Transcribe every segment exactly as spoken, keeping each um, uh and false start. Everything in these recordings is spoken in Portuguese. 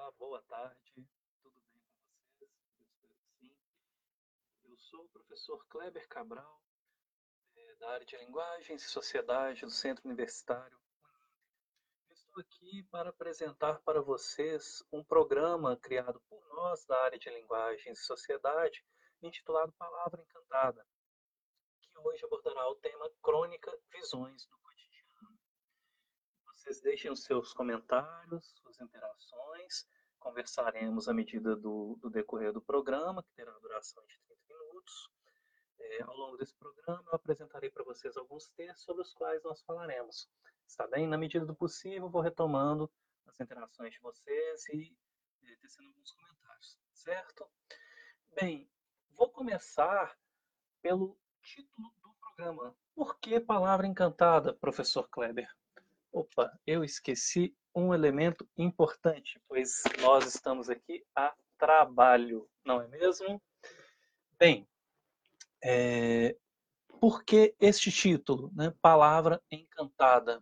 Olá, boa tarde. Tudo bem com vocês? Eu espero que sim. Eu sou o professor Kleber Cabral, eh, da área de Linguagens e Sociedade do Centro Universitário. Eu estou aqui para apresentar para vocês um programa criado por nós da área de Linguagens e Sociedade, intitulado Palavra Encantada, que hoje abordará o tema Crônica Visões do Cotidiano. Vocês deixem os seus comentários, suas interações. Conversaremos à medida do, do decorrer do programa, que terá duração de trinta minutos. É, ao longo desse programa, eu apresentarei para vocês alguns textos sobre os quais nós falaremos. Está bem? Na medida do possível, vou retomando as interações de vocês e, e tecendo alguns comentários, certo? Bem, vou começar pelo título do programa. Por que Palavra Encantada, professor Kleber? Opa, eu esqueci um elemento importante, pois nós estamos aqui a trabalho, não é mesmo? Bem, é, por que este título, né? Palavra Encantada?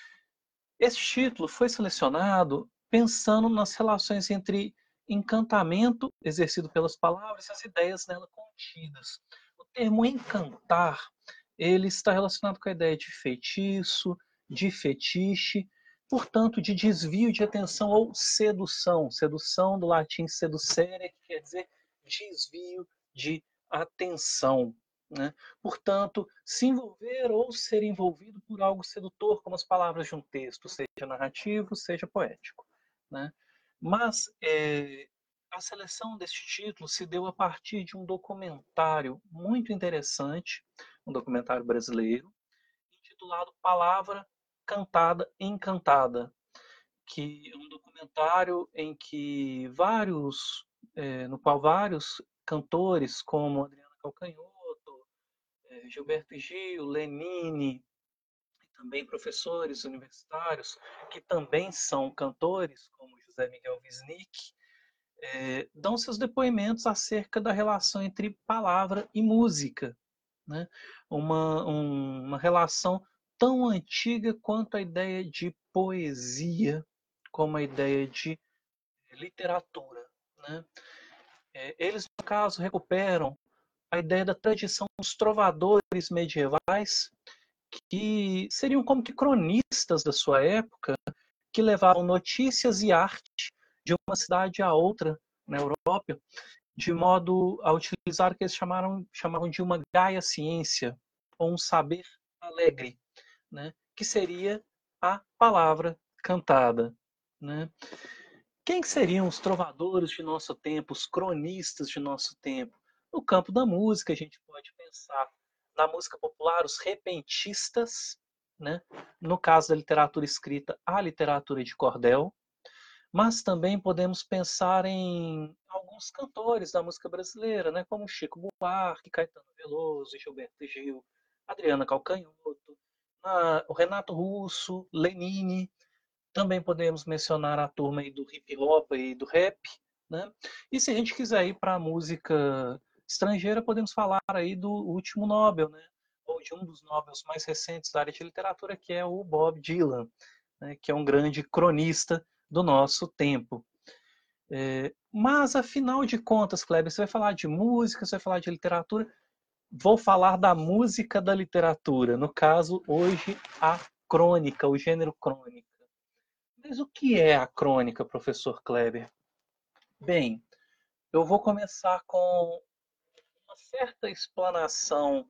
Este título foi selecionado pensando nas relações entre encantamento exercido pelas palavras e as ideias nela contidas. O termo encantar, ele está relacionado com a ideia de feitiço, de fetiche, portanto, de desvio de atenção ou sedução. Sedução do latim seducere, que quer dizer desvio de atenção. Né? Portanto, se envolver ou ser envolvido por algo sedutor, como as palavras de um texto, seja narrativo, seja poético. Né? Mas é, a seleção deste título se deu a partir de um documentário muito interessante, um documentário brasileiro, intitulado Palavra Cantada Encantada, que é um documentário em que vários, é, no qual vários cantores, como Adriana Calcanhoto, é, Gilberto Gil, Lenine, e também professores universitários, que também são cantores, como José Miguel Wisnik, é, dão seus depoimentos acerca da relação entre palavra e música. Né? Uma, um, uma relação tão antiga quanto a ideia de poesia, como a ideia de literatura. Né? É, eles, no caso, recuperam a ideia da tradição dos trovadores medievais, que seriam como que cronistas da sua época, que levavam notícias e arte de uma cidade a outra na Europa, de modo a utilizar o que eles chamaram, chamavam de uma gaia ciência, ou um saber alegre, né? Que seria a palavra cantada. Né? Quem seriam os trovadores de nosso tempo, os cronistas de nosso tempo? No campo da música, a gente pode pensar na música popular, os repentistas, né? No caso da literatura escrita, a literatura de cordel, mas também podemos pensar em alguns cantores da música brasileira, né? Como Chico Buarque, Caetano Veloso, Gilberto Gil, Adriana Calcanhoto, o Renato Russo, Lenine. Também podemos mencionar a turma aí do hip hop e do rap, né? E se a gente quiser ir para a música estrangeira, podemos falar aí do último Nobel, né? Ou de um dos Nobels mais recentes da área de literatura, que é o Bob Dylan, né? Que é um grande cronista do nosso tempo. É, mas, afinal de contas, Kleber, você vai falar de música, você vai falar de literatura, vou falar da música da literatura, no caso, hoje, a crônica, o gênero crônica. Mas o que é a crônica, professor Kleber? Bem, eu vou começar com uma certa explanação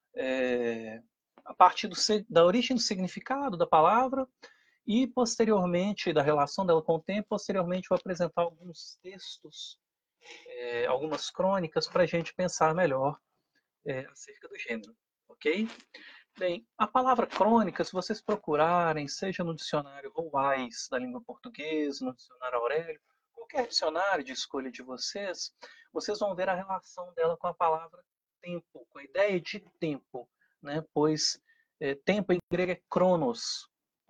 é, a partir do, da origem do significado da palavra e, posteriormente, da relação dela com o tempo. Posteriormente, vou apresentar alguns textos, é, algumas crônicas, para a gente pensar melhor é, acerca do gênero, ok? Bem, a palavra crônica, se vocês procurarem, seja no dicionário Ruais da língua portuguesa, no dicionário Aurélio, qualquer dicionário de escolha de vocês, vocês vão ver a relação dela com a palavra tempo, com a ideia de tempo, né? Pois é, tempo em grego é cronos.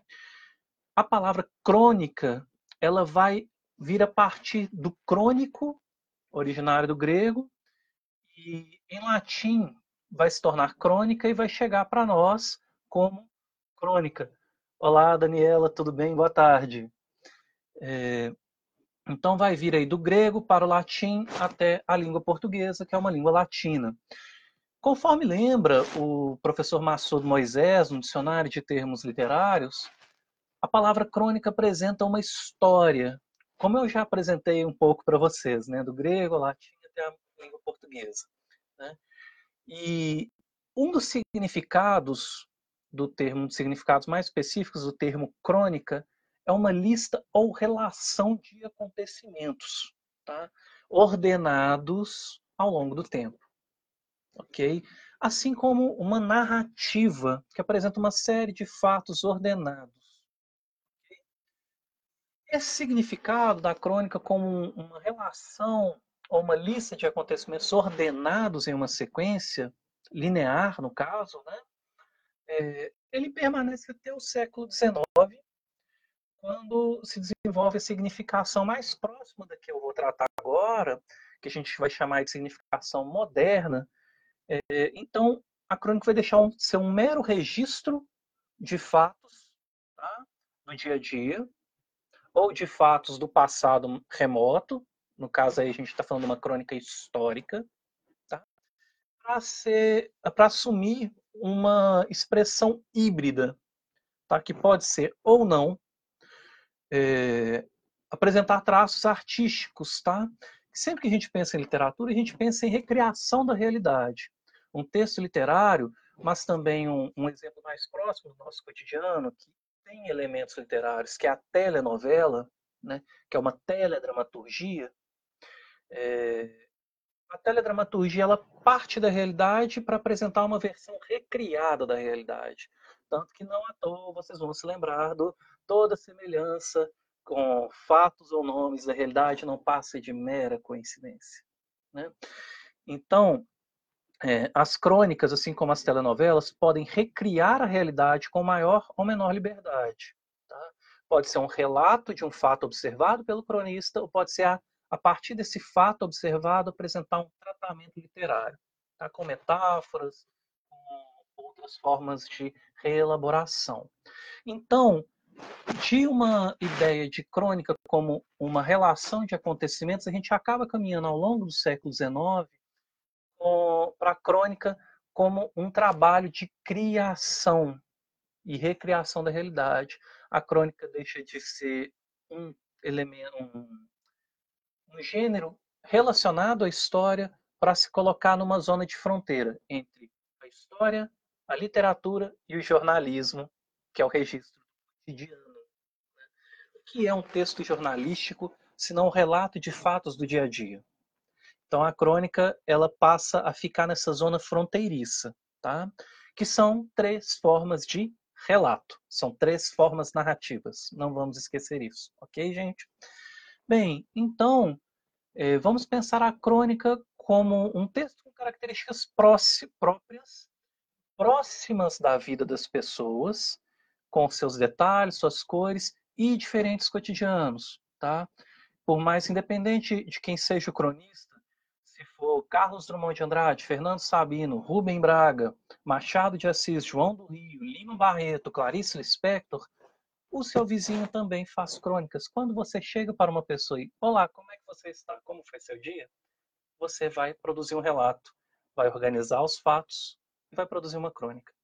A palavra crônica, ela vai vir a partir do crônico, originário do grego, e em latim vai se tornar crônica e vai chegar para nós como crônica. Olá, Daniela, tudo bem? Boa tarde. É, Então vai vir aí do grego para o latim até a língua portuguesa, que é uma língua latina. Conforme lembra o professor Massoud Moisés, no dicionário de termos literários, a palavra crônica apresenta uma história, como eu já apresentei um pouco para vocês, né, do grego, ao latim até a língua portuguesa, né? E um dos significados do termo, um dos significados mais específicos do termo crônica é uma lista ou relação de acontecimentos, tá? Ordenados ao longo do tempo, ok? Assim como uma narrativa que apresenta uma série de fatos ordenados. Esse significado da crônica como uma relação ou uma lista de acontecimentos ordenados em uma sequência, linear no caso, né? É, ele permanece até o século dezenove, quando se desenvolve a significação mais próxima da que eu vou tratar agora, que a gente vai chamar de significação moderna. É, então, a crônica vai deixar um, ser um mero registro de fatos, tá, do dia a dia, ou de fatos do passado remoto, no caso aí a gente está falando de uma crônica histórica, tá, para assumir uma expressão híbrida, tá, que pode ser ou não é, apresentar traços artísticos, tá? Sempre que a gente pensa em literatura, a gente pensa em recriação da realidade. Um texto literário, mas também um, um exemplo mais próximo do nosso cotidiano, que tem elementos literários, que é a telenovela, né? Que é uma teledramaturgia. É, a teledramaturgia ela parte da realidade para apresentar uma versão recriada da realidade. Tanto que não à toa vocês vão se lembrar do toda semelhança com fatos ou nomes da realidade não passa de mera coincidência, né? Então, é, as crônicas, assim como as telenovelas, podem recriar a realidade com maior ou menor liberdade. Tá? Pode ser um relato de um fato observado pelo cronista, ou pode ser, a, a partir desse fato observado, apresentar um tratamento literário, tá? Com metáforas, com outras formas de reelaboração. Então, de uma ideia de crônica como uma relação de acontecimentos, a gente acaba caminhando ao longo do século dezenove para a crônica como um trabalho de criação e recriação da realidade. A crônica deixa de ser um elemento, um, um gênero relacionado à história para se colocar numa zona de fronteira entre a história, a literatura e o jornalismo, que é o registro cotidiano. O que é um texto jornalístico, se não um relato de fatos do dia a dia? Então a crônica ela passa a ficar nessa zona fronteiriça, tá? Que são três formas de relato, são três formas narrativas. Não vamos esquecer isso, ok, gente? Bem, então eh, vamos pensar a crônica como um texto com características próprias, próximas da vida das pessoas, com seus detalhes, suas cores e diferentes cotidianos, tá? Por mais independente de quem seja o cronista, se for Carlos Drummond de Andrade, Fernando Sabino, Rubem Braga, Machado de Assis, João do Rio, Lima Barreto, Clarice Lispector, o seu vizinho também faz crônicas. Quando você chega para uma pessoa e, olá, como é que você está? Como foi seu dia? Você vai produzir um relato, vai organizar os fatos e vai produzir uma crônica.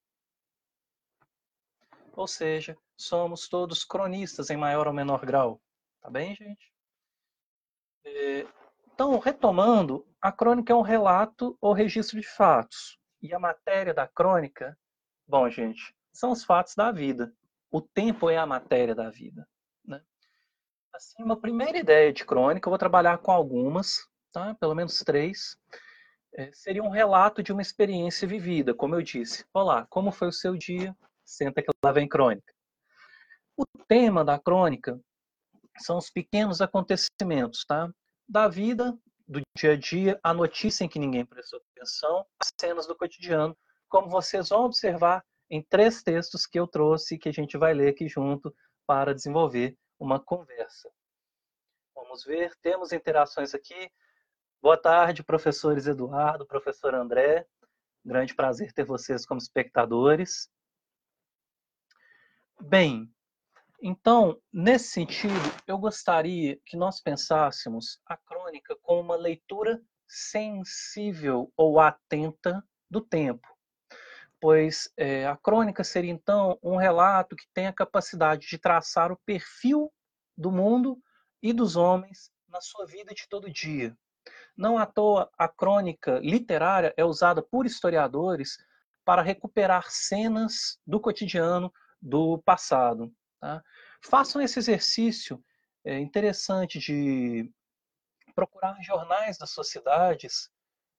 Ou seja, somos todos cronistas em maior ou menor grau. Tá bem, gente? É, então, retomando, a crônica é um relato ou registro de fatos. E a matéria da crônica, bom, gente, são os fatos da vida. O tempo é a matéria da vida, né? Assim, uma primeira ideia de crônica, eu vou trabalhar com algumas, tá? Pelo menos três. É, seria um relato de uma experiência vivida, como eu disse. Olá, como foi o seu dia? Senta que lá vem crônica. O tema da crônica são os pequenos acontecimentos, tá? Da vida, do dia a dia, a notícia em que ninguém prestou atenção, as cenas do cotidiano, como vocês vão observar em três textos que eu trouxe e que a gente vai ler aqui junto para desenvolver uma conversa. Vamos ver, temos interações aqui. Boa tarde, professores Eduardo, professor André. Grande prazer ter vocês como espectadores. Bem, Então, nesse sentido, eu gostaria que nós pensássemos a crônica como uma leitura sensível ou atenta do tempo, pois é, a crônica seria então um relato que tem a capacidade de traçar o perfil do mundo e dos homens na sua vida de todo dia. Não à toa, a crônica literária é usada por historiadores para recuperar cenas do cotidiano do passado. Tá? Façam esse exercício é, interessante de procurar jornais das sociedades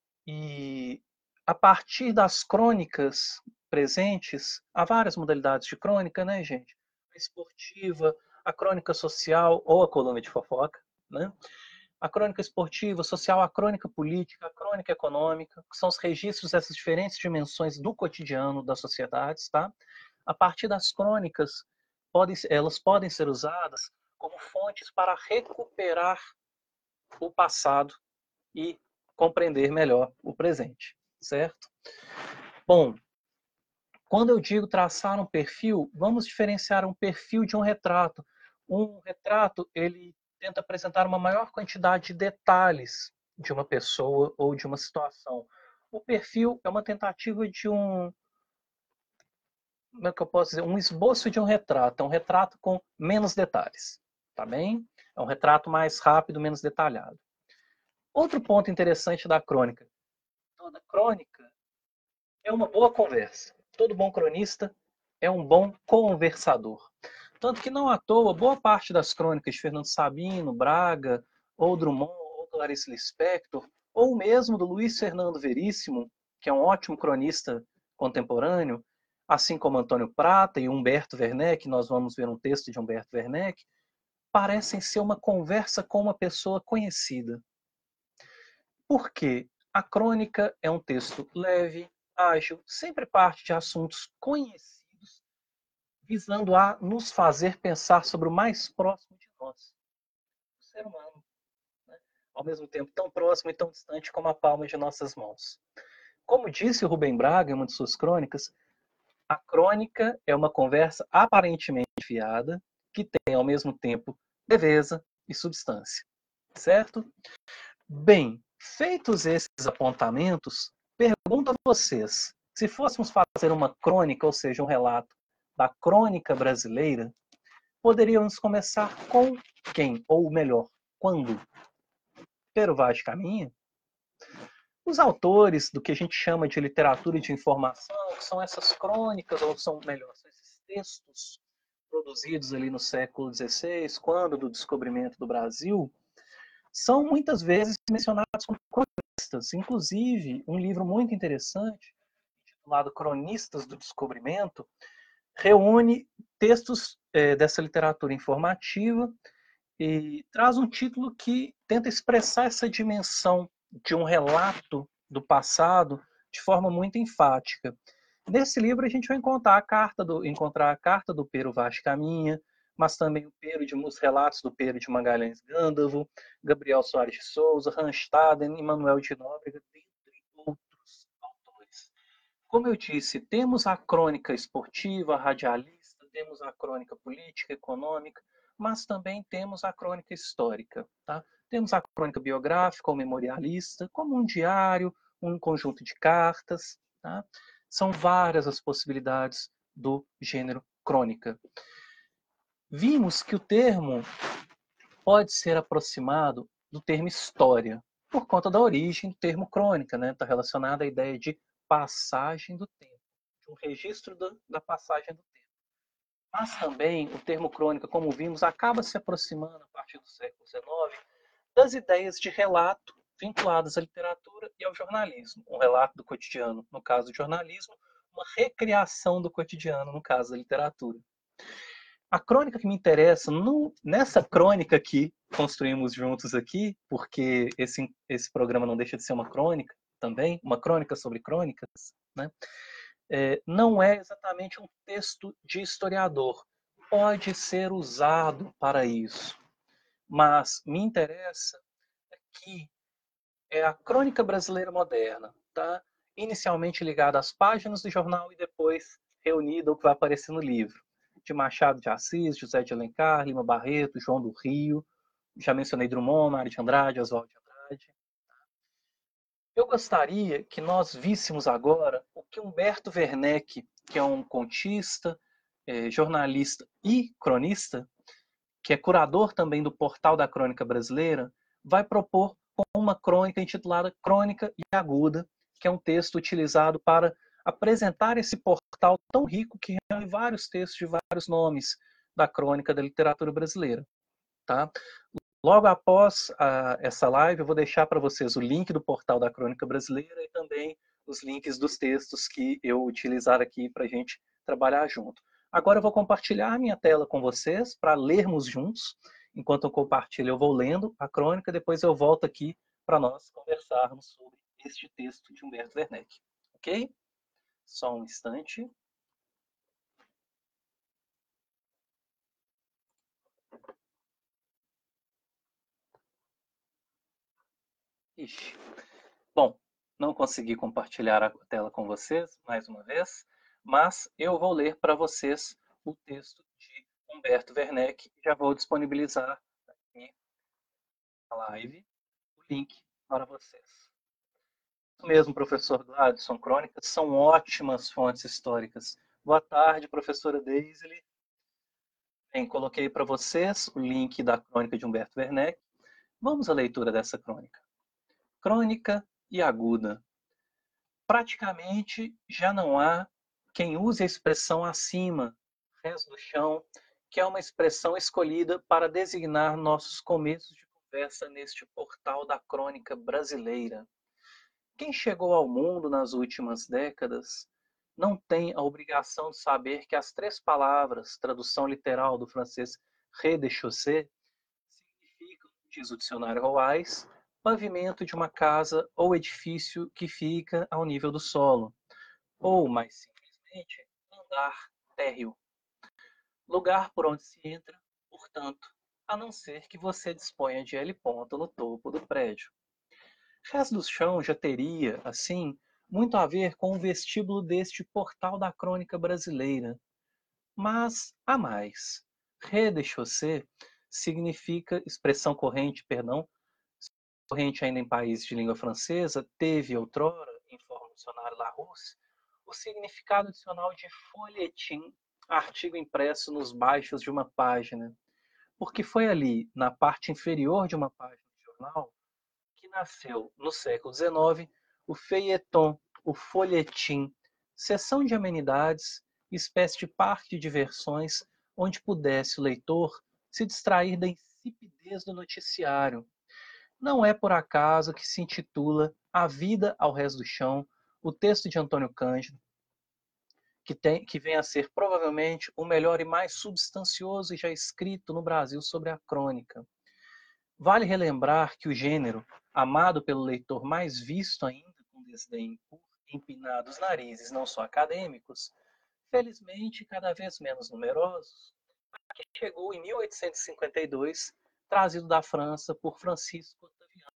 e, a partir das crônicas presentes, há várias modalidades de crônica, né, gente? A esportiva, a crônica social ou a coluna de fofoca, né? A crônica esportiva, social, a crônica política, a crônica econômica, que são os registros dessas diferentes dimensões do cotidiano das sociedades, tá? A partir das crônicas, podem, elas podem ser usadas como fontes para recuperar o passado e compreender melhor o presente, certo? Bom, quando eu digo traçar um perfil, vamos diferenciar um perfil de um retrato. Um retrato, ele tenta apresentar uma maior quantidade de detalhes de uma pessoa ou de uma situação. O perfil é uma tentativa de um, como é que eu posso dizer, um esboço de um retrato, é um retrato com menos detalhes, tá bem? É um retrato mais rápido, menos detalhado. Outro ponto interessante da crônica. Toda crônica é uma boa conversa. Todo bom cronista é um bom conversador. Tanto que não à toa, boa parte das crônicas de Fernando Sabino, Braga, ou Drummond, ou Clarice Lispector, ou mesmo do Luiz Fernando Veríssimo, que é um ótimo cronista contemporâneo, assim como Antônio Prata e Humberto Werneck, nós vamos ver um texto de Humberto Werneck, parecem ser uma conversa com uma pessoa conhecida. Por quê? A crônica é um texto leve, ágil, sempre parte de assuntos conhecidos, visando a nos fazer pensar sobre o mais próximo de nós, o ser humano, né? Ao mesmo tempo tão próximo e tão distante como a palma de nossas mãos. Como disse o Rubem Braga em uma de suas crônicas, a crônica é uma conversa aparentemente fiada, que tem ao mesmo tempo leveza e substância, certo? Bem, feitos esses apontamentos, pergunto a vocês, se fôssemos fazer uma crônica, ou seja, um relato da crônica brasileira, poderíamos começar com quem? Ou melhor, quando? Pero Vaz de Caminha? Os autores do que a gente chama de literatura de informação, que são essas crônicas, ou são melhor, são esses textos produzidos ali no século dezesseis, quando do descobrimento do Brasil, são muitas vezes mencionados como cronistas. Inclusive, um livro muito interessante, intitulado Cronistas do Descobrimento, reúne textos é, dessa literatura informativa e traz um título que tenta expressar essa dimensão de um relato do passado de forma muito enfática. Nesse livro a gente vai encontrar a carta do, encontrar a carta do Pero Vaz de Caminha, mas também o Pero de, os relatos do Pero de Magalhães Gândavo, Gabriel Soares de Souza, Randstaden e Manuel de Nóbrega, dentre outros autores. Como eu disse, temos a crônica esportiva, radialista, temos a crônica política, econômica, mas também temos a crônica histórica. Tá? Temos a crônica biográfica ou memorialista, como um diário, um conjunto de cartas. Tá? São várias as possibilidades do gênero crônica. Vimos que o termo pode ser aproximado do termo história, por conta da origem do termo crônica, né? Está relacionado à ideia de passagem do tempo, de um registro da, da passagem do tempo. Mas também o termo crônica, como vimos, acaba se aproximando, a partir do século dezenove, das ideias de relato vinculadas à literatura e ao jornalismo. Um relato do cotidiano, no caso do jornalismo, uma recriação do cotidiano, no caso da literatura. A crônica que me interessa, no, nessa crônica que construímos juntos aqui, porque esse, esse programa não deixa de ser uma crônica também, uma crônica sobre crônicas, né? É, não é exatamente um texto de historiador. Pode ser usado para isso, mas me interessa que é a crônica brasileira moderna, tá? Inicialmente ligada às páginas do jornal e depois reunida ao que vai aparecer no livro. de Machado de Assis, José de Alencar, Lima Barreto, João do Rio, já mencionei Drummond, Mário de Andrade, Oswald de Andrade. Eu gostaria que nós víssemos agora o que Humberto Werneck, que é um contista, é, jornalista e cronista, que é curador também do Portal da Crônica Brasileira, vai propor com uma crônica intitulada Crônica e Aguda, que é um texto utilizado para apresentar esse portal tão rico que reúne vários textos de vários nomes da crônica da literatura brasileira. Tá? Logo após a, essa live, eu vou deixar para vocês o link do Portal da Crônica Brasileira e também os links dos textos que eu utilizar aqui para a gente trabalhar junto. Agora eu vou compartilhar a minha tela com vocês para lermos juntos. Enquanto eu compartilho, eu vou lendo a crônica, depois eu volto aqui para nós conversarmos sobre este texto de Humberto Werneck. Ok? Só um instante. Ixi. Bom, não consegui compartilhar a tela com vocês, mais uma vez, mas eu vou ler para vocês o texto de Humberto Werneck e já vou disponibilizar aqui na live o link para vocês. Isso mesmo, professor Gladson, crônicas são ótimas fontes históricas. Boa tarde, professora Deisle. Bem, coloquei para vocês o link da crônica de Humberto Werneck. Vamos à leitura dessa crônica. Crônica e Aguda. Praticamente já não há quem use a expressão acima, res do chão, que é uma expressão escolhida para designar nossos começos de conversa neste portal da crônica brasileira. Quem chegou ao mundo nas últimas décadas não tem a obrigação de saber que as três palavras, tradução literal do francês rez-de-chaussée, significam, diz o dicionário Roais, pavimento de uma casa ou edifício que fica ao nível do solo, ou, mais simplesmente, andar térreo. Lugar por onde se entra, portanto, a não ser que você disponha de L ponto no topo do prédio. Res do chão já teria, assim, muito a ver com o vestíbulo deste portal da crônica brasileira. Mas há mais. Rez-de-chaussée significa, expressão corrente, perdão, corrente ainda em países de língua francesa, teve outrora, informa o dicionário Larousse, o significado adicional de folhetim, artigo impresso nos baixos de uma página, porque foi ali, na parte inferior de uma página de jornal, que nasceu, no século dezenove, o feuilleton, o folhetim, seção de amenidades, espécie de parque de diversões, onde pudesse o leitor se distrair da insipidez do noticiário. Não é por acaso que se intitula A Vida ao Rés do Chão, o texto de Antônio Cândido, que, tem, que vem a ser provavelmente o melhor e mais substancioso já escrito no Brasil sobre a crônica. Vale relembrar que o gênero, amado pelo leitor mais visto ainda com desdém por empinados narizes não só acadêmicos, felizmente cada vez menos numerosos, aqui chegou em mil oitocentos e cinquenta e dois, trazido da França por Francisco Otaviano.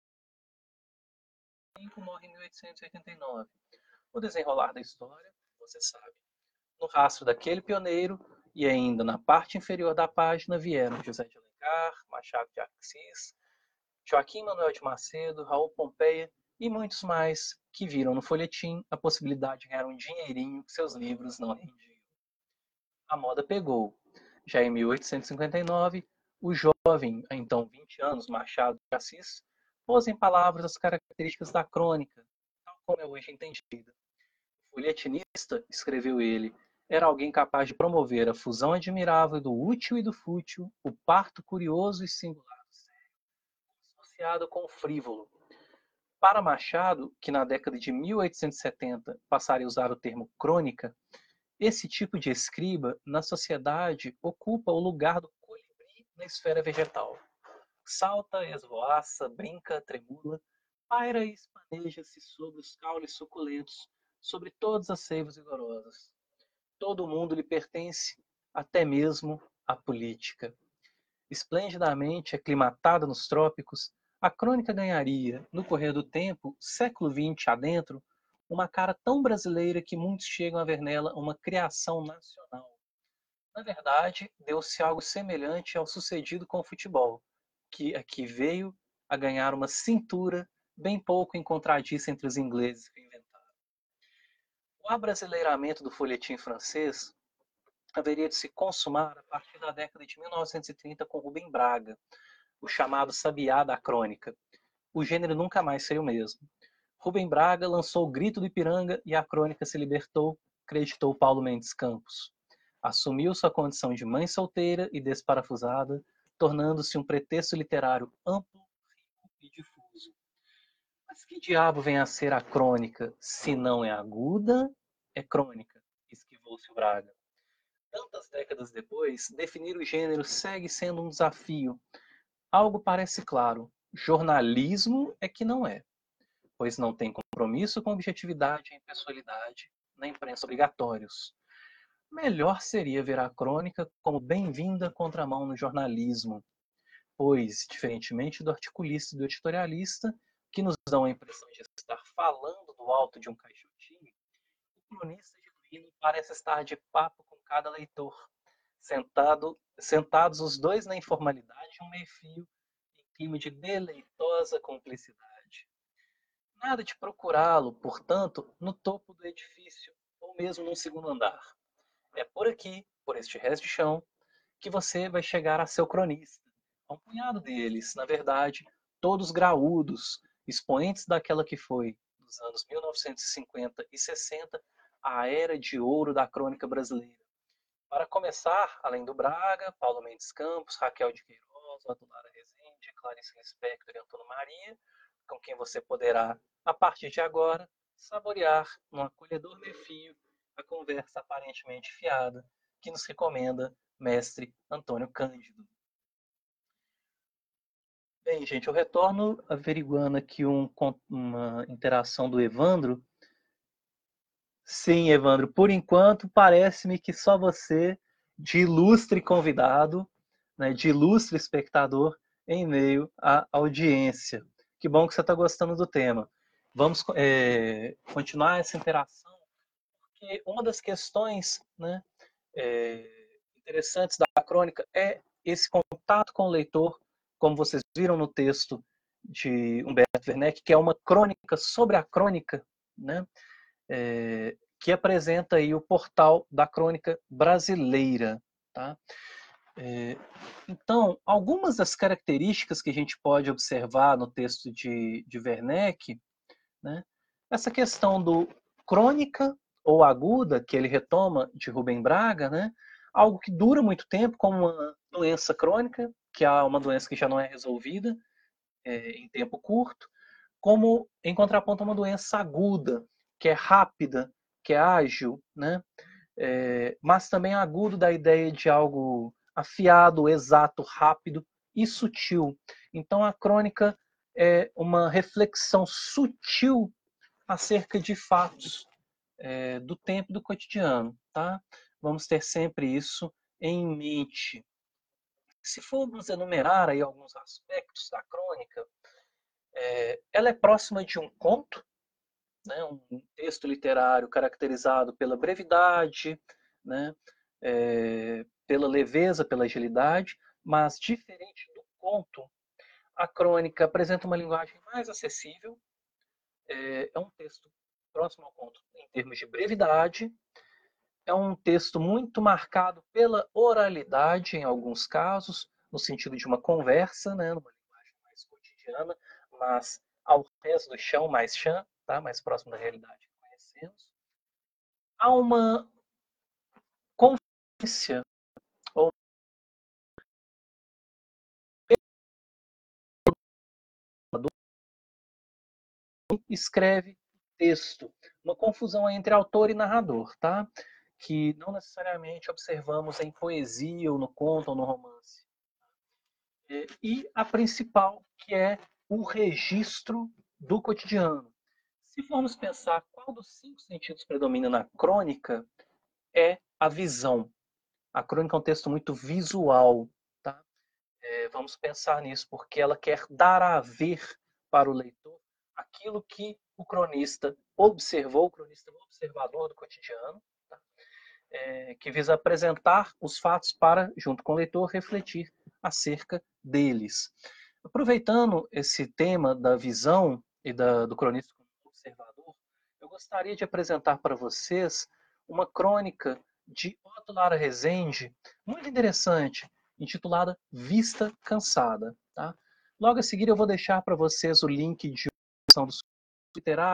Morre em mil oitocentos e oitenta e nove. O desenrolar da história, você sabe. No rastro daquele pioneiro, e ainda na parte inferior da página, vieram José de Alencar, Machado de Assis, Joaquim Manuel de Macedo, Raul Pompeia e muitos mais que viram no folhetim a possibilidade de ganhar um dinheirinho que seus livros não rendiam. A moda pegou. Já em mil oitocentos e cinquenta e nove, o jovem, então vinte anos, Machado de Assis, pôs em palavras as características da crônica, tal como é hoje entendida. O folhetinista, escreveu ele, era alguém capaz de promover a fusão admirável do útil e do fútil, o parto curioso e singular do sério, associado com o frívolo. Para Machado, que na década de mil oitocentos e setenta passaria a usar o termo crônica, esse tipo de escriba, na sociedade, ocupa o lugar do colibri na esfera vegetal. Salta, esvoaça, brinca, tremula, paira e espaneja-se sobre os caules suculentos, sobre todas as seivas vigorosas. Todo o mundo lhe pertence, até mesmo a política. Esplendidamente aclimatada nos trópicos, a crônica ganharia, no correr do tempo, século vinte adentro, uma cara tão brasileira que muitos chegam a ver nela uma criação nacional. Na verdade, deu-se algo semelhante ao sucedido com o futebol, que aqui veio a ganhar uma cintura bem pouco encontradiça entre os ingleses que inventaram. O abrasileiramento do folhetim francês haveria de se consumar a partir da década de mil novecentos e trinta com Rubem Braga, o chamado Sabiá da Crônica. O gênero nunca mais seria o mesmo. Rubem Braga lançou o Grito do Ipiranga e a crônica se libertou, acreditou Paulo Mendes Campos. Assumiu sua condição de mãe solteira e desparafusada, tornando-se um pretexto literário amplo, rico e difuso. Mas que diabo vem a ser a crônica, se não é aguda, é crônica, esquivou-se o Braga. Tantas décadas depois, definir o gênero segue sendo um desafio. Algo parece claro: jornalismo é que não é, pois não tem compromisso com objetividade e impessoalidade na imprensa obrigatórios. Melhor seria ver a crônica como bem-vinda contramão no jornalismo, pois, diferentemente do articulista e do editorialista, que nos dão a impressão de estar falando do alto de um caixotinho, o cronista genuíno parece estar de papo com cada leitor, sentado, sentados os dois na informalidade de um meio-fio, em clima de deleitosa cumplicidade. Nada de procurá-lo, portanto, no topo do edifício ou mesmo num segundo andar. É por aqui, por este resto de chão, que você vai chegar a seu cronista. Um punhado deles, na verdade, todos graúdos, expoentes daquela que foi, nos anos mil novecentos e cinquenta e sessenta, a era de ouro da crônica brasileira. Para começar, além do Braga, Paulo Mendes Campos, Raquel de Queiroz, Adulara Rezende, Clarice Lispector e Antônio Maria, com quem você poderá, a partir de agora, saborear num acolhedor meio-fio a conversa aparentemente fiada que nos recomenda mestre Antônio Cândido. Bem, gente, eu retorno averiguando aqui um, uma interação do Evandro. Sim, Evandro, por enquanto parece-me que só você, de ilustre convidado, né, de ilustre espectador, em meio à audiência. Que bom que você está gostando do tema. Vamos é, continuar essa interação, porque uma das questões, né, é, interessantes da crônica é esse contato com o leitor, como vocês viram no texto de Humberto Werneck, que é uma crônica sobre a crônica, né? É, que apresenta aí o portal da crônica brasileira. Tá? É, então, algumas das características que a gente pode observar no texto de, de Werneck, né, essa questão do crônica ou aguda, que ele retoma de Rubem Braga, né, algo que dura muito tempo, como uma doença crônica, que é uma doença que já não é resolvida é, em tempo curto, como em contraponto a uma doença aguda, que é rápida, que é ágil, né? É, mas também agudo da ideia de algo afiado, exato, rápido e sutil. Então a crônica é uma reflexão sutil acerca de fatos é, do tempo do cotidiano, tá? Vamos ter sempre isso em mente. Se formos enumerar aí alguns aspectos da crônica, é, ela é próxima de um conto, né, um texto literário caracterizado pela brevidade, né, é, pela leveza, pela agilidade, mas diferente do conto, a crônica apresenta uma linguagem mais acessível, é, é um texto próximo ao conto em termos de brevidade, é um texto muito marcado pela oralidade em alguns casos, no sentido de uma conversa, né, numa linguagem mais cotidiana, mas ao pés do chão, mais chã, tá, mais próximo da realidade que conhecemos. Há uma confidência ou escreve texto, uma confusão entre autor e narrador, tá? Que não necessariamente observamos em poesia ou no conto ou no romance. E a principal, que é o registro do cotidiano. Se formos pensar qual dos cinco sentidos predomina na crônica, é a visão. A crônica é um texto muito visual, tá? É, vamos pensar nisso, porque ela quer dar a ver para o leitor aquilo que o cronista observou, o cronista é um observador do cotidiano, tá? é, que visa apresentar os fatos para, junto com o leitor, refletir acerca deles. Aproveitando esse tema da visão e da, do cronista como observador, eu gostaria de apresentar para vocês uma crônica de Otto Lara Rezende, muito interessante, intitulada Vista Cansada. Tá? Logo a seguir eu vou deixar para vocês o link de uma dos literários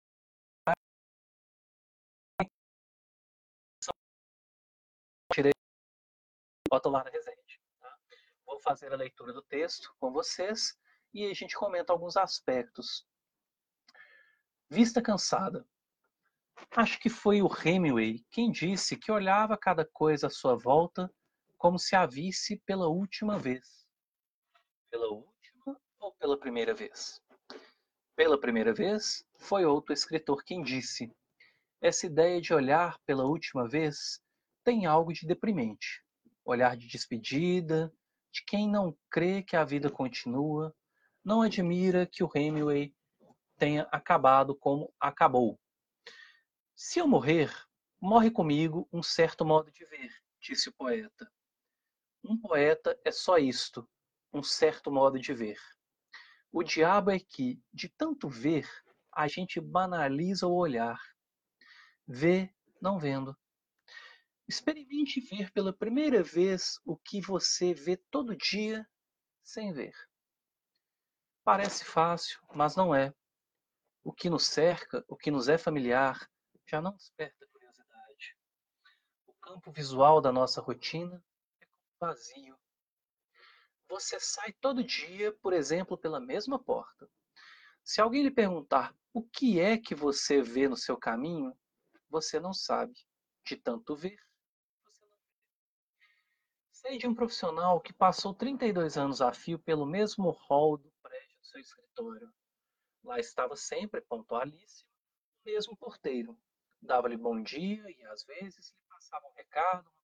Otto Lara Rezende. Tá? Vou fazer a leitura do texto com vocês e a gente comenta alguns aspectos. Vista Cansada. Acho que foi o Hemingway quem disse que olhava cada coisa à sua volta como se a visse pela última vez. Pela última ou pela primeira vez? Pela primeira vez, foi outro escritor quem disse. Essa ideia de olhar pela última vez tem algo de deprimente. Olhar de despedida, de quem não crê que a vida continua, não admira que o Hemingway tenha acabado como acabou. Se eu morrer, morre comigo um certo modo de ver, disse o poeta. Um poeta é só isto, um certo modo de ver. O diabo é que, de tanto ver, a gente banaliza o olhar. Vê, não vendo. Experimente ver pela primeira vez o que você vê todo dia sem ver. Parece fácil, mas não é. O que nos cerca, o que nos é familiar, já não desperta curiosidade. O campo visual da nossa rotina é como vazio. Você sai todo dia, por exemplo, pela mesma porta. Se alguém lhe perguntar o que é que você vê no seu caminho, você não sabe. De tanto ver, você não vê. Sei de um profissional que passou trinta e dois anos a fio pelo mesmo hall do prédio do seu escritório. Lá estava sempre pontualíssimo o mesmo porteiro. Dava-lhe bom dia e, às vezes, lhe passava um recado, uma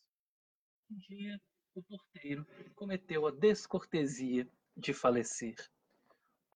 correspondência. Um dia, o porteiro cometeu a descortesia de falecer.